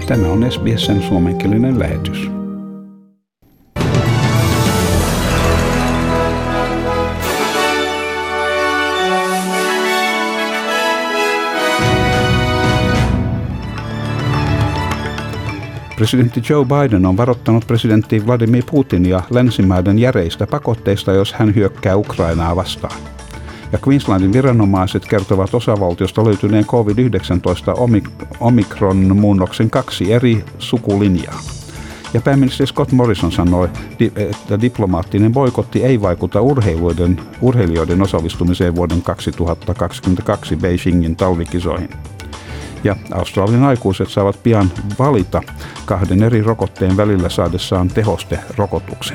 Tämä on SBS:n suomenkielinen lähetys. Presidentti Joe Biden on varoittanut presidentti Vladimir Putinia länsimaiden järeistä pakotteista, jos hän hyökkää Ukrainaa vastaan. Ja Queenslandin viranomaiset kertovat osavaltiosta löytyneen COVID-19 Omicron-muunnoksen 2 eri sukulinjaa. Ja pääministeri Scott Morrison sanoi, että diplomaattinen boikotti ei vaikuta urheilijoiden osallistumiseen vuoden 2022 Beijingin talvikisoihin. Ja Australian aikuiset saavat pian valita 2 eri rokotteen välillä saadessaan tehosterokotuksen.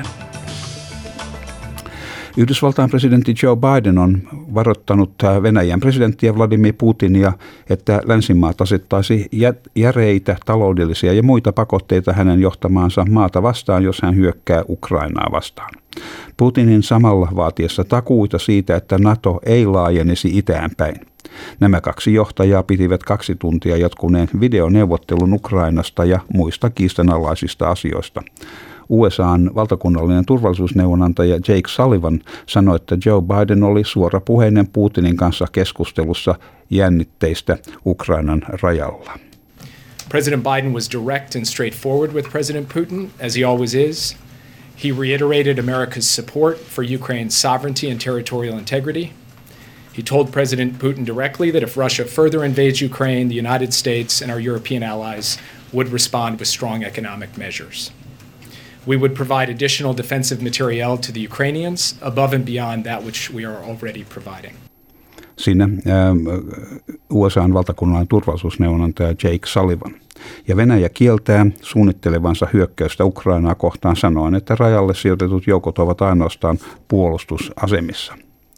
Yhdysvaltain presidentti Joe Biden on varoittanut Venäjän presidenttiä Vladimir Putinia, että länsimaat asettaisi järeitä taloudellisia ja muita pakotteita hänen johtamaansa maata vastaan, jos hän hyökkää Ukrainaa vastaan. Putinin samalla vaatiessa takuita siitä, että NATO ei laajenisi itään päin. Nämä 2 johtajaa pitivät 2 tuntia jatkuneen videoneuvottelun Ukrainasta ja muista kiistanalaisista asioista. USA:n valtakunnallinen turvallisuusneuvonantaja Jake Sullivan sanoi, että Joe Biden oli suorapuheinen Putinin kanssa keskustelussa jännitteistä Ukrainan rajalla. President Biden was direct and straightforward with President Putin, as he always is. He reiterated America's support for Ukraine's sovereignty and territorial integrity. He told President Putin directly that if Russia further invades Ukraine, the United States and our European allies would respond with strong economic measures. We would provide additional defensive material to the Ukrainians above and beyond that which we are already providing. Siinä USA:n valtakunnallinen turvallisuusneuvonantaja Jake Sullivan. Ja Venäjä kieltää suunnittelevansa hyökkäystä Ukrainaa kohtaan sanoen, että rajalle sijoitetut joukot ovat ainoastaan puolustusasemissa.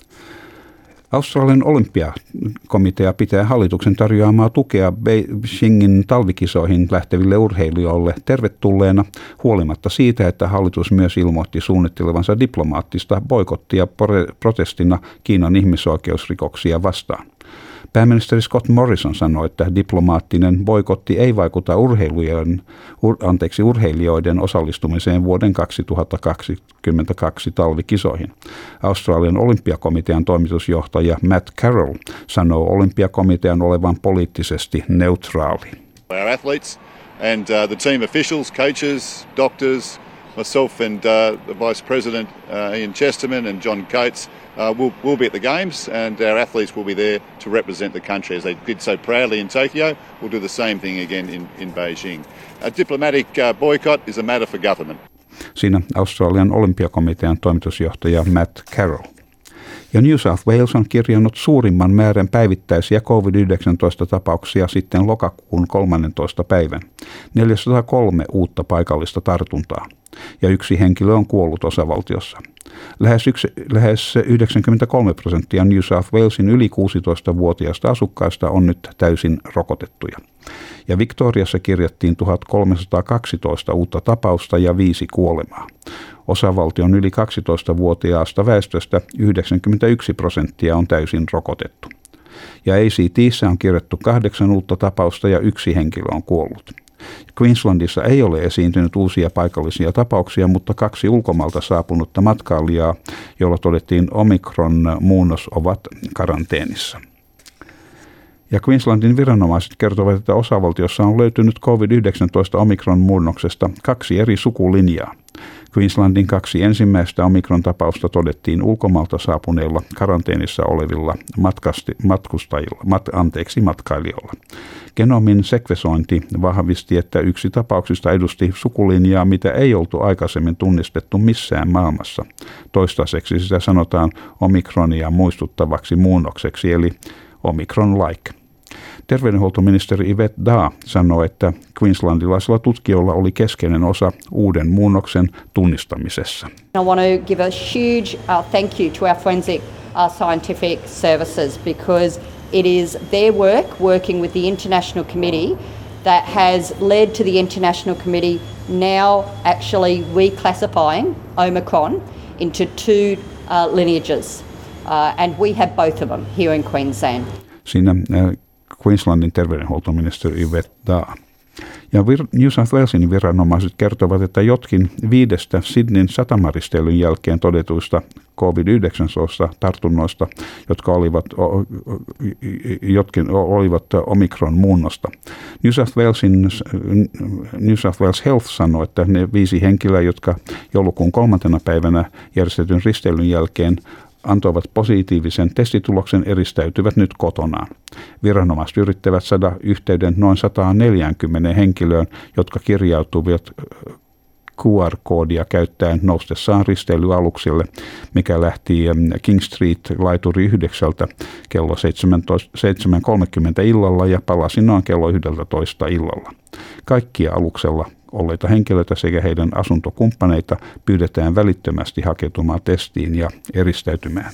Australian olympiakomitea pitää hallituksen tarjoamaa tukea Beijingin talvikisoihin lähteville urheilijoille tervetulleena, huolimatta siitä, että hallitus myös ilmoitti suunnittelevansa diplomaattista boikottia protestina Kiinan ihmisoikeusrikoksia vastaan. Pääministeri Scott Morrison sanoi, että diplomaattinen boikotti ei vaikuta urheilijoiden osallistumiseen vuoden 2022 talvikisoihin. Australian olympiakomitean toimitusjohtaja Matt Carroll sanoo olympiakomitean olevan poliittisesti neutraali. Our athletes and the team officials, coaches, doctors, myself and the Vice President Ian Chesterman and John Coates will be at the Games, and our athletes will be there to represent the country as they did so proudly in Tokyo. We'll do the same thing again in Beijing. A diplomatic boycott is a matter for government. Siinä Australian olympiakomitean toimitusjohtaja Matt Carroll. Ja New South Wales on kirjannut suurimman määrän päivittäisiä COVID-19-tapauksia sitten lokakuun 13. päivän. 403 uutta paikallista tartuntaa. Ja 1 henkilö on kuollut osavaltiossa. Lähes 93% New South Walesin yli 16-vuotiaista asukkaista on nyt täysin rokotettuja. Ja Victoriassa kirjattiin 1312 uutta tapausta ja 5 kuolemaa. Osavaltion yli 12-vuotiaasta väestöstä 91% on täysin rokotettu. Ja ACT:ssä on kirjattu 8 uutta tapausta ja 1 henkilö on kuollut. Queenslandissa ei ole esiintynyt uusia paikallisia tapauksia, mutta 2 ulkomailta saapunutta matkailijaa, jolla todettiin Omicron-muunnos, ovat karanteenissa. Ja Queenslandin viranomaiset kertovat, että osavaltiossa on löytynyt COVID-19 Omicron-muunnoksesta 2 eri sukulinjaa. Queenslandin 2 ensimmäistä Omicron-tapausta todettiin ulkomailta saapuneilla karanteenissa olevilla matkailijoilla. Genomin sekvesointi vahvisti, että 1 tapauksista edusti sukulinjaa, mitä ei oltu aikaisemmin tunnistettu missään maailmassa. Toistaiseksi sitä sanotaan Omicronia muistuttavaksi muunnokseksi, eli Omicron-like. Terveydenhuoltoministeri Yvette Daw sanoi, että queenslandilaisilla tutkijoilla oli keskeinen osa uuden muunnoksen tunnistamisessa. I want to give a huge thank you to our forensic scientific services because it is their work working with the International Committee that has led to the International Committee now actually reclassifying Omicron into 2 lineages and we have both of them here in Queensland. Siinä Queenslandin terveydenhuoltoministeri Yvette Daw. Ja New South Walesin viranomaiset kertovat, että jotkin 5 Sydneyn satamaristeilyn jälkeen todetuista COVID-19 tartunnoista, jotka olivat Omikron-muunnosta. New South Wales Health sanoi, että ne 5 henkilöä, jotka joulukuun 3. päivänä järjestetyn risteilyn jälkeen antoivat positiivisen testituloksen, eristäytyvät nyt kotonaan. Viranomaiset yrittävät saada yhteyden noin 140 henkilöön, jotka kirjautuivat QR-koodia käyttäen noustessaan risteilyaluksille, mikä lähti King Street laituri 9 kello 7.30 illalla ja palasi noin kello 11 illalla. Kaikkia aluksella olleita henkilöitä sekä heidän asuntokumppaneita pyydetään välittömästi hakeutumaan testiin ja eristäytymään.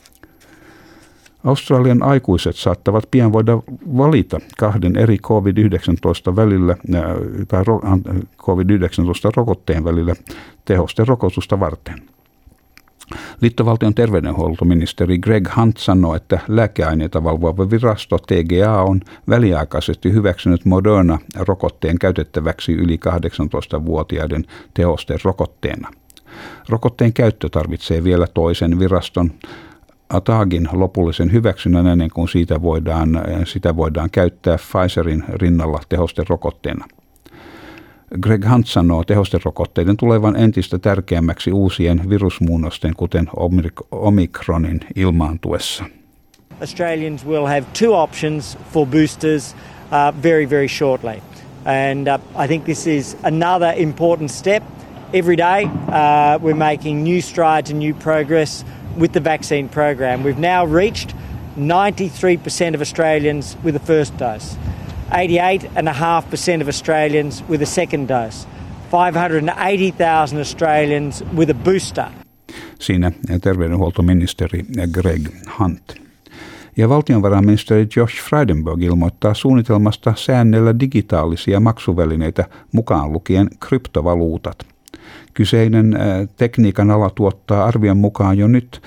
Australian aikuiset saattavat pian voida valita 2 eri COVID-19 välillä tai COVID-19 rokotteen välillä tehosterokotusta varten. Liittovaltion terveydenhuoltoministeri Greg Hunt sanoi, että lääkeaineita valvova virasto TGA on väliaikaisesti hyväksynyt Moderna-rokotteen käytettäväksi yli 18-vuotiaiden tehosterokotteena. Rokotteen käyttö tarvitsee vielä toisen viraston ATAGin lopullisen hyväksynnän ennen kuin sitä voidaan käyttää Pfizerin rinnalla tehosterokotteena. Greg Hunt sanoo tehosterokotteiden tulevan entistä tärkeämmäksi uusien virusmuunnosten, kuten Omikronin ilmaantuessa. Australians will have 2 options for boosters very, very shortly. And I think this is another important step. Every day we're making new strides and new progress with the vaccine program. We've now reached 93% of Australians with the first dose. 88.5% of Australians with a second dose, 580,000 Australians with a booster. Siinä terveydenhuoltoministeri Greg Hunt. Ja valtionvarainministeri Josh Frydenberg ilmoittaa suunnitelmasta säännellä digitaalisia maksuvälineitä mukaan lukien kryptovaluutat. Kyseinen tekniikan ala tuottaa arvion mukaan jo nyt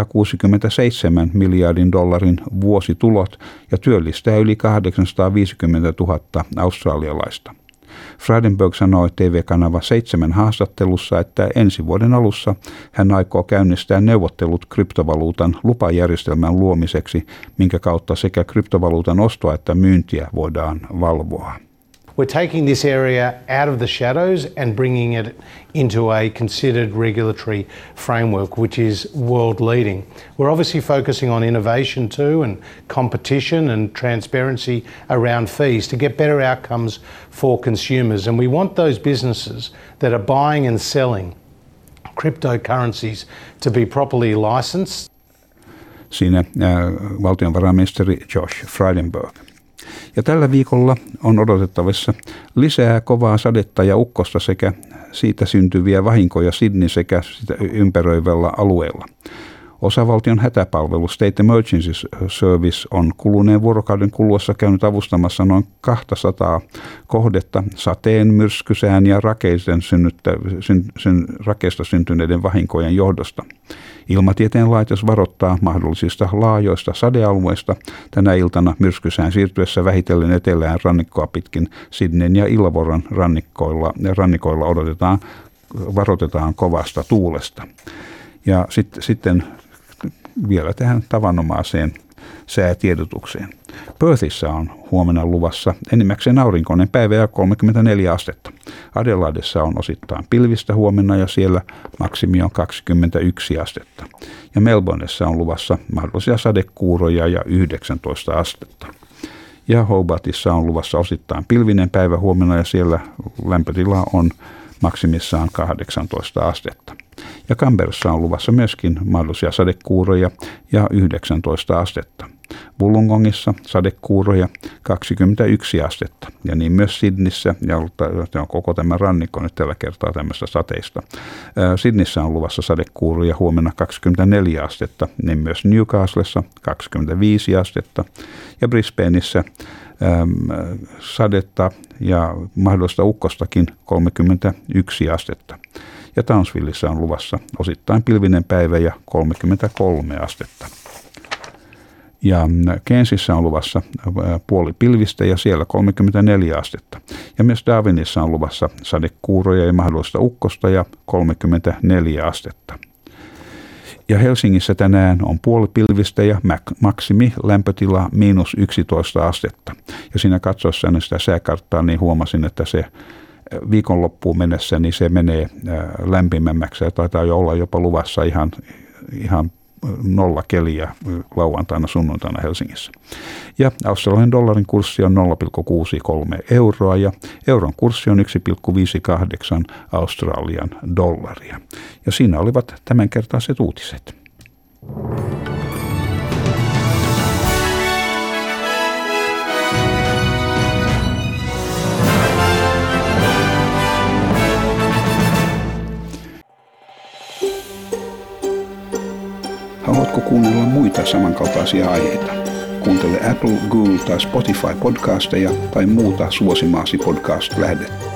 167 miljardin dollarin vuositulot ja työllistää yli 850 000 australialaista. Frydenberg sanoi TV-kanava 7 haastattelussa, että ensi vuoden alussa hän aikoo käynnistää neuvottelut kryptovaluutan lupajärjestelmän luomiseksi, minkä kautta sekä kryptovaluutan ostoa että myyntiä voidaan valvoa. We're taking this area out of the shadows and bringing it into a considered regulatory framework which is world leading. We're obviously focusing on innovation too and competition and transparency around fees to get better outcomes for consumers, and we want those businesses that are buying and selling cryptocurrencies to be properly licensed. Siinä valtionvarainministeri Josh Frydenberg. Ja tällä viikolla on odotettavissa lisää kovaa sadetta ja ukkosta sekä siitä syntyviä vahinkoja Sydney sekä sitä ympäröivällä alueella. Osavaltion hätäpalvelu State Emergency Service on kuluneen vuorokauden kuluessa käynyt avustamassa noin 200 kohdetta sateen, myrskysään ja rakeista syntyneiden vahinkojen johdosta. Ilmatieteen laitos varoittaa mahdollisista laajoista sadealueista tänä iltana myrskysään siirtyessä vähitellen etelään rannikkoa pitkin Sydneyn ja Illawarran rannikoilla varoitetaan kovasta tuulesta. Ja sitten vielä tähän tavanomaiseen säätiedotukseen. Perthissä on huomenna luvassa enimmäkseen aurinkoinen päivä ja 34 astetta. Adelaidessa on osittain pilvistä huomenna ja siellä maksimi on 21 astetta. Ja Melbourneissa on luvassa mahdollisia sadekuuroja ja 19 astetta. Ja Hobartissa on luvassa osittain pilvinen päivä huomenna ja siellä lämpötila on maksimissaan 18 astetta. Ja Canberrassa on luvassa myöskin mahdollisia sadekuuroja ja 19 astetta. Wollongongissa sadekuuroja 21 astetta ja niin myös Sydneyssä, ja on koko tämä rannikko nyt tällä kertaa tämmöistä sateista. Sydneyssä on luvassa sadekuuroja huomenna 24 astetta, niin myös Newcastlessa 25 astetta ja Brisbaneissa sadetta ja mahdollista ukkostakin 31 astetta. Ja Townsvillessä on luvassa osittain pilvinen päivä ja 33 astetta. Ja Cairnsissa on luvassa puoli pilvistä ja siellä 34 astetta. Ja myös Darwinissa on luvassa sadekuuroja ja mahdollista ukkosta ja 34 astetta. Ja Helsingissä tänään on puoli pilvistä ja maksimi lämpötila -11 astetta. Ja siinä katsoessani sitä sääkarttaa, niin huomasin, että se viikonloppuun mennessä niin se menee lämpimämmäksi ja taitaa jo olla jopa luvassa ihan 0 keliä lauantaina, sunnuntaina Helsingissä. Ja australian dollarin kurssi on 0,63 euroa ja euron kurssi on 1,58 Australian dollaria. Ja siinä olivat tämänkertaiset uutiset. Haluatko kuunnella muita samankaltaisia aiheita? Kuuntele Apple, Google tai Spotify podcasteja tai muuta suosimaasi podcast-lähdettä.